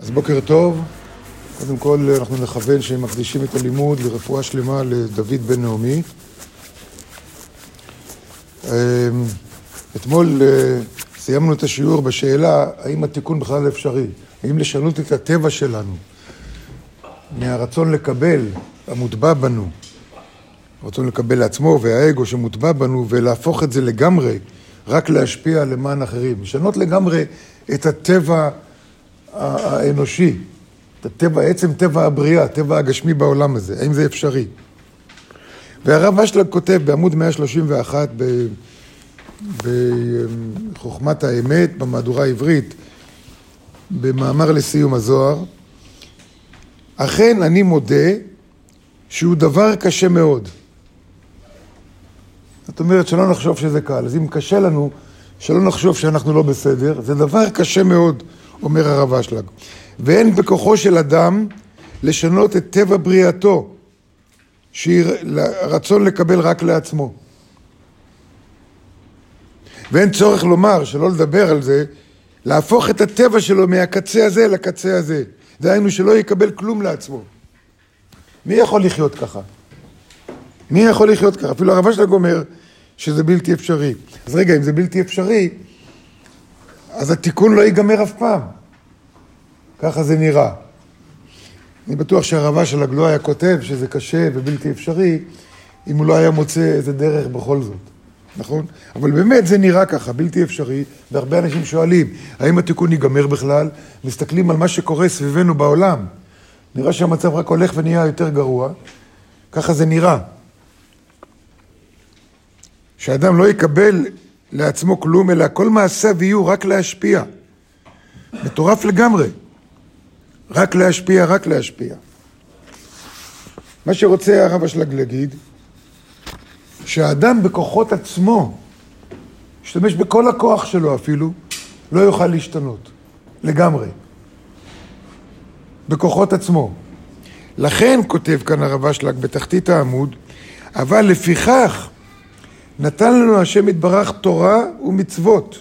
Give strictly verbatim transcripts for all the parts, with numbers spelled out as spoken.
אז בוקר טוב. קודם כל אנחנו נכוון שהם מקדישים את הלימוד לרפואה שלמה לדוד בן נעמי. אתמול סיימנו את השיעור בשאלה האם התיקון בכלל אפשרי, האם לשנות את הטבע שלנו מהרצון לקבל המוטבע בנו, הרצון לקבל לעצמו והאגו שמוטבע בנו, ולהפוך את זה לגמרי רק להשפיע למען אחרים, לשנות לגמרי את הטבע האנושי, את הטבע, עצם טבע הבריאה, טבע הגשמי בעולם הזה, האם זה אפשרי? והרב אשלג כותב בעמוד מאה שלושים ואחת ב, בחוכמת האמת, במהדורה העברית, במאמר לסיום הזוהר, אכן אני מודה שהוא דבר קשה מאוד. זאת אומרת שלא נחשוב שזה קל, אז אם קשה לנו, שלא נחשוב שאנחנו לא בסדר, זה דבר קשה מאוד, אומר הרב אשלג. ואין בכוחו של אדם לשנות את טבע בריאתו, שהיא רצון לקבל רק לעצמו. ואין צורך לומר, שלא לדבר על זה, להפוך את הטבע שלו מהקצה הזה לקצה הזה. דהיינו שלא יקבל כלום לעצמו. מי יכול לחיות ככה? מי יכול לחיות ככה? אפילו הרב אשלג אומר שזה בלתי אפשרי. אז רגע, אם זה בלתי אפשרי, אז התיקון לא ייגמר אף פעם. ככה זה נראה. אני בטוח שהרב אשלג לא היה כותב שזה קשה ובלתי אפשרי, אם הוא לא היה מוצא איזה דרך בכל זאת. נכון? אבל באמת זה נראה ככה, בלתי אפשרי, והרבה אנשים שואלים, האם התיקון ייגמר בכלל? מסתכלים על מה שקורה סביבנו בעולם. נראה שהמצב רק הולך ונהיה יותר גרוע. ככה זה נראה. שאדם לא יקבל לעצמו כלום, אלא כל מעשה ויהיו רק להשפיע. מטורף לגמרי. רק להשפיע, רק להשפיע. מה שרוצה הרב אשלג להגיד, שהאדם בכוחות עצמו, ישתמש בכל הכוח שלו אפילו, לא יוכל להשתנות. לגמרי. בכוחות עצמו. לכן, כותב כאן הרב אשלג בתחתית העמוד, אבל לפיכך נתן לנו השם יתברך תורה ומצוות,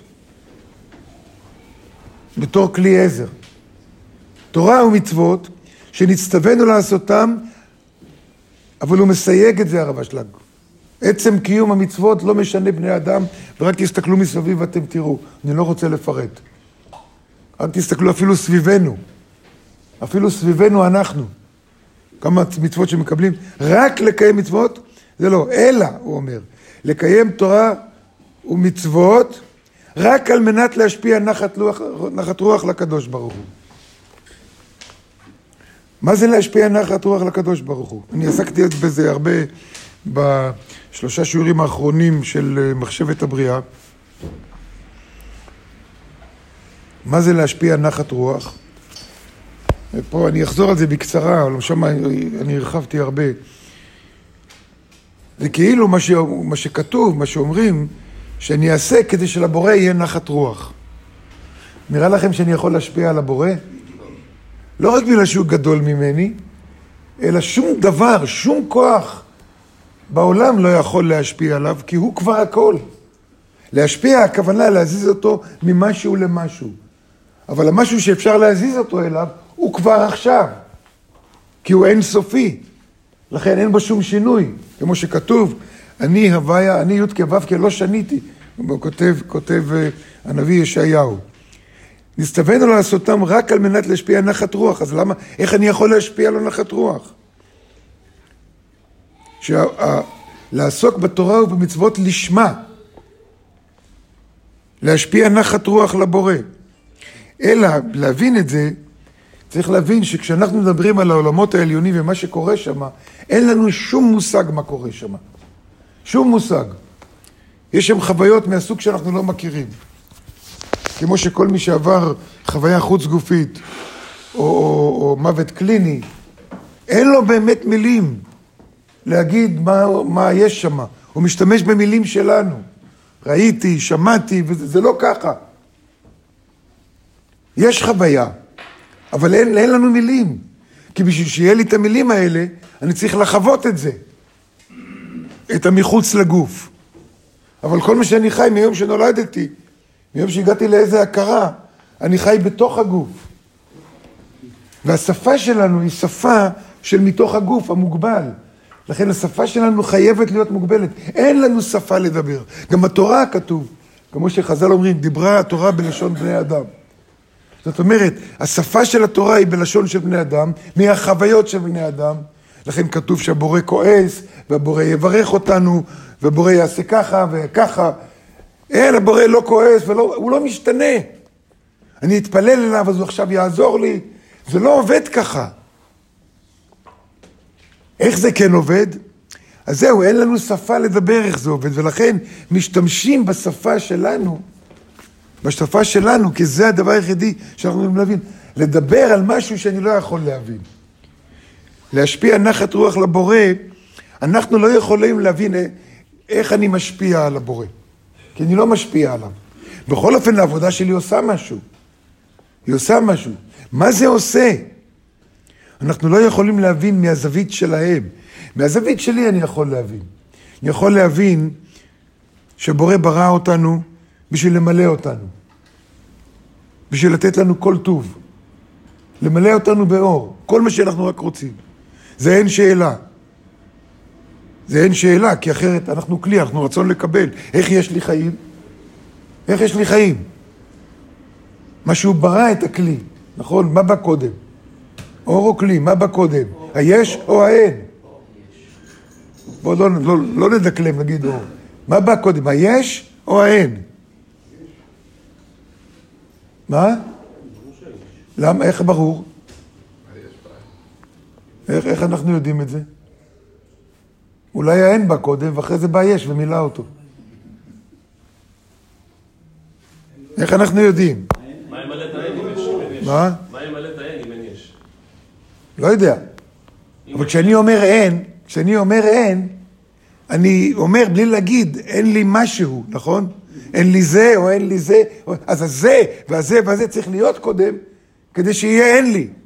בתור כלי עזר. תורה ומצוות שנצטווינו לעשותם, אבל הוא מסייג את זה הרב אשלג. עצם קיום המצוות לא משנה בני אדם, ורק תסתכלו מסביב ואתם תראו. אני לא רוצה לפרט. רק תסתכלו אפילו סביבנו. אפילו סביבנו אנחנו. כמה מצוות שמקבלים. רק לקיים מצוות, זה לא. אלא, הוא אומר, לקיים תורה ומצוות, רק על מנת להשפיע נחת רוח, נחת רוח לקדוש ברוך הוא. מה זה להשפיע נחת רוח לקדוש ברוך הוא? אני עסקתי בזה הרבה בשלושה שיעורים האחרונים של מחשבת הבריאה. מה זה להשפיע נחת רוח? פה אני אחזור על זה בקצרה, אבל שם אני הרחבתי הרבה. זה כאילו מה, ש... מה שכתוב, מה שאומרים, שאני אעשה כדי שלבורא יהיה נחת רוח. נראה לכם שאני יכול להשפיע על הבורא? לא רק בגלל שהוא גדול ממני, אלא שום דבר, שום כוח בעולם לא יכול להשפיע עליו, כי הוא כבר הכל. להשפיע, הכוונה להזיז אותו ממשהו למשהו. אבל המשהו שאפשר להזיז אותו אליו, הוא כבר עכשיו. כי הוא אין סופי. לכן אין בו שום שינוי. כמו שכתוב, אני הוויה, אני י' כו' כי לא שניתי. כותב, כותב הנביא ישעיהו. נצטווינו לעשותם רק על מנת להשפיע נחת רוח. אז למה, איך אני יכול להשפיע לו נחת רוח? שה, לעסוק בתורה ובמצוות לשמה. להשפיע נחת רוח לבורא. אלא, להבין את זה, צריך להבין שכשאנחנו מדברים על העולמות העליונים ומה שקורה שם, אין לנו שום מושג מה קורה שם. שום מושג. יש שם חוויות מהסוג שאנחנו לא מכירים. כמו שכל מי שעבר חוויה חוץ גופית, או, או, או מוות קליני, אין לו באמת מילים להגיד מה, מה יש שם. הוא משתמש במילים שלנו. ראיתי, שמעתי, וזה לא ככה. יש חוויה, אבל אין, אין לנו מילים. כי בשביל שיהיה לי את המילים האלה, אני צריך לחוות את זה. את המחוץ לגוף. אבל כל מה שאני חי מיום שנולדתי, מיום שהגעתי לאיזה הכרה, אני חי בתוך הגוף. והשפה שלנו היא שפה של מתוך הגוף המוגבל. לכן השפה שלנו חייבת להיות מוגבלת. אין לנו שפה לדבר. גם בתורה כתוב, כמו שחז"ל אומרים, דיברה התורה בלשון בני אדם. זאת אומרת, השפה של התורה היא בלשון של בני אדם, מהחוויות של בני אדם. לכן כתוב שהבורא כועס, והבורא יברך אותנו, והבורא יעשה ככה וככה. אין, הבורא לא כועס, והוא לא משתנה. אני אתפלל אליו, אז הוא עכשיו יעזור לי. זה לא עובד ככה. איך זה כן עובד? אז זהו, אין לנו שפה לדבר איך זה עובד, ולכן משתמשים בשפה שלנו, בשפה שלנו, כי זה הדבר היחידי שאנחנו יכולים להבין. לדבר על משהו שאני לא יכול להבין. להשפיע נחת רוח לבורא, אנחנו לא יכולים להבין איך אני משפיע על הבורא. כי אני לא משפיע עליו. בכל אופן, העבודה שלי עושה משהו. היא עושה משהו. מה זה עושה? אנחנו לא יכולים להבין מהזווית שלהם. מהזווית שלי אני יכול להבין. אני יכול להבין שבורא ברא אותנו בשביל למלא אותנו. בשביל לתת לנו כל טוב. למלא אותנו באור. כל מה שאנחנו רק רוצים. זה אין שאלה. זה אין שאלה, כי אחרת אנחנו כלי, אנחנו רצון לקבל. איך יש לי חיים? איך יש לי חיים? מה שהוא ברא את הכלי, נכון? מה בא קודם? אור או כלי, מה בא קודם? היש או האין? בואו לא, לא, לא נדקלם, נגיד אור. מה בא קודם, היש או האין? מה? למה? איך ברור? איך, איך אנחנו יודעים את זה? אולי האין בא קודם, ואחרי זה בא יש ומילא אותו. איך אנחנו יודעים? מה ימלא את האין אם יש? מה? מה ימלא את האין אם אין יש? לא יודע. אבל כשאני אומר אין, כשאני אומר אין, אני אומר בלי להגיד, אין לי משהו, נכון? אין לי זה או אין לי זה. אז הזה והזה והזה צריך להיות קודם, כדי שיהיה אין לי.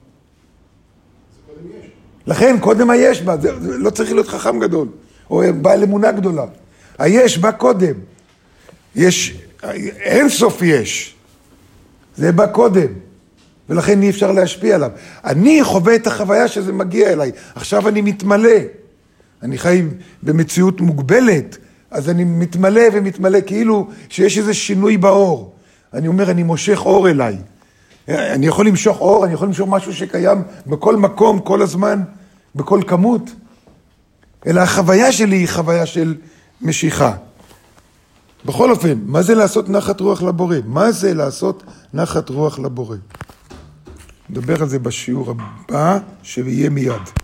לכן קודם היש בה, זה לא צריך להיות חכם גדול, או בעל אמונה גדולה. היש בא קודם. יש, אין סוף יש. זה בא קודם. ולכן אי אפשר להשפיע עליו. אני חווה את החוויה שזה מגיע אליי. עכשיו אני מתמלא. אני חי במציאות מוגבלת, אז אני מתמלא ומתמלא כאילו שיש איזה שינוי באור. אני אומר, אני מושך אור אליי. אני יכול למשוך אור, אני יכול למשוך משהו שקיים בכל מקום, כל הזמן, בכל כמות. אלא החוויה שלי היא חוויה של משיכה. בכל אופן, מה זה לעשות נחת רוח לבורא? מה זה לעשות נחת רוח לבורא? נדבר על זה בשיעור הבא, שיהיה מיד.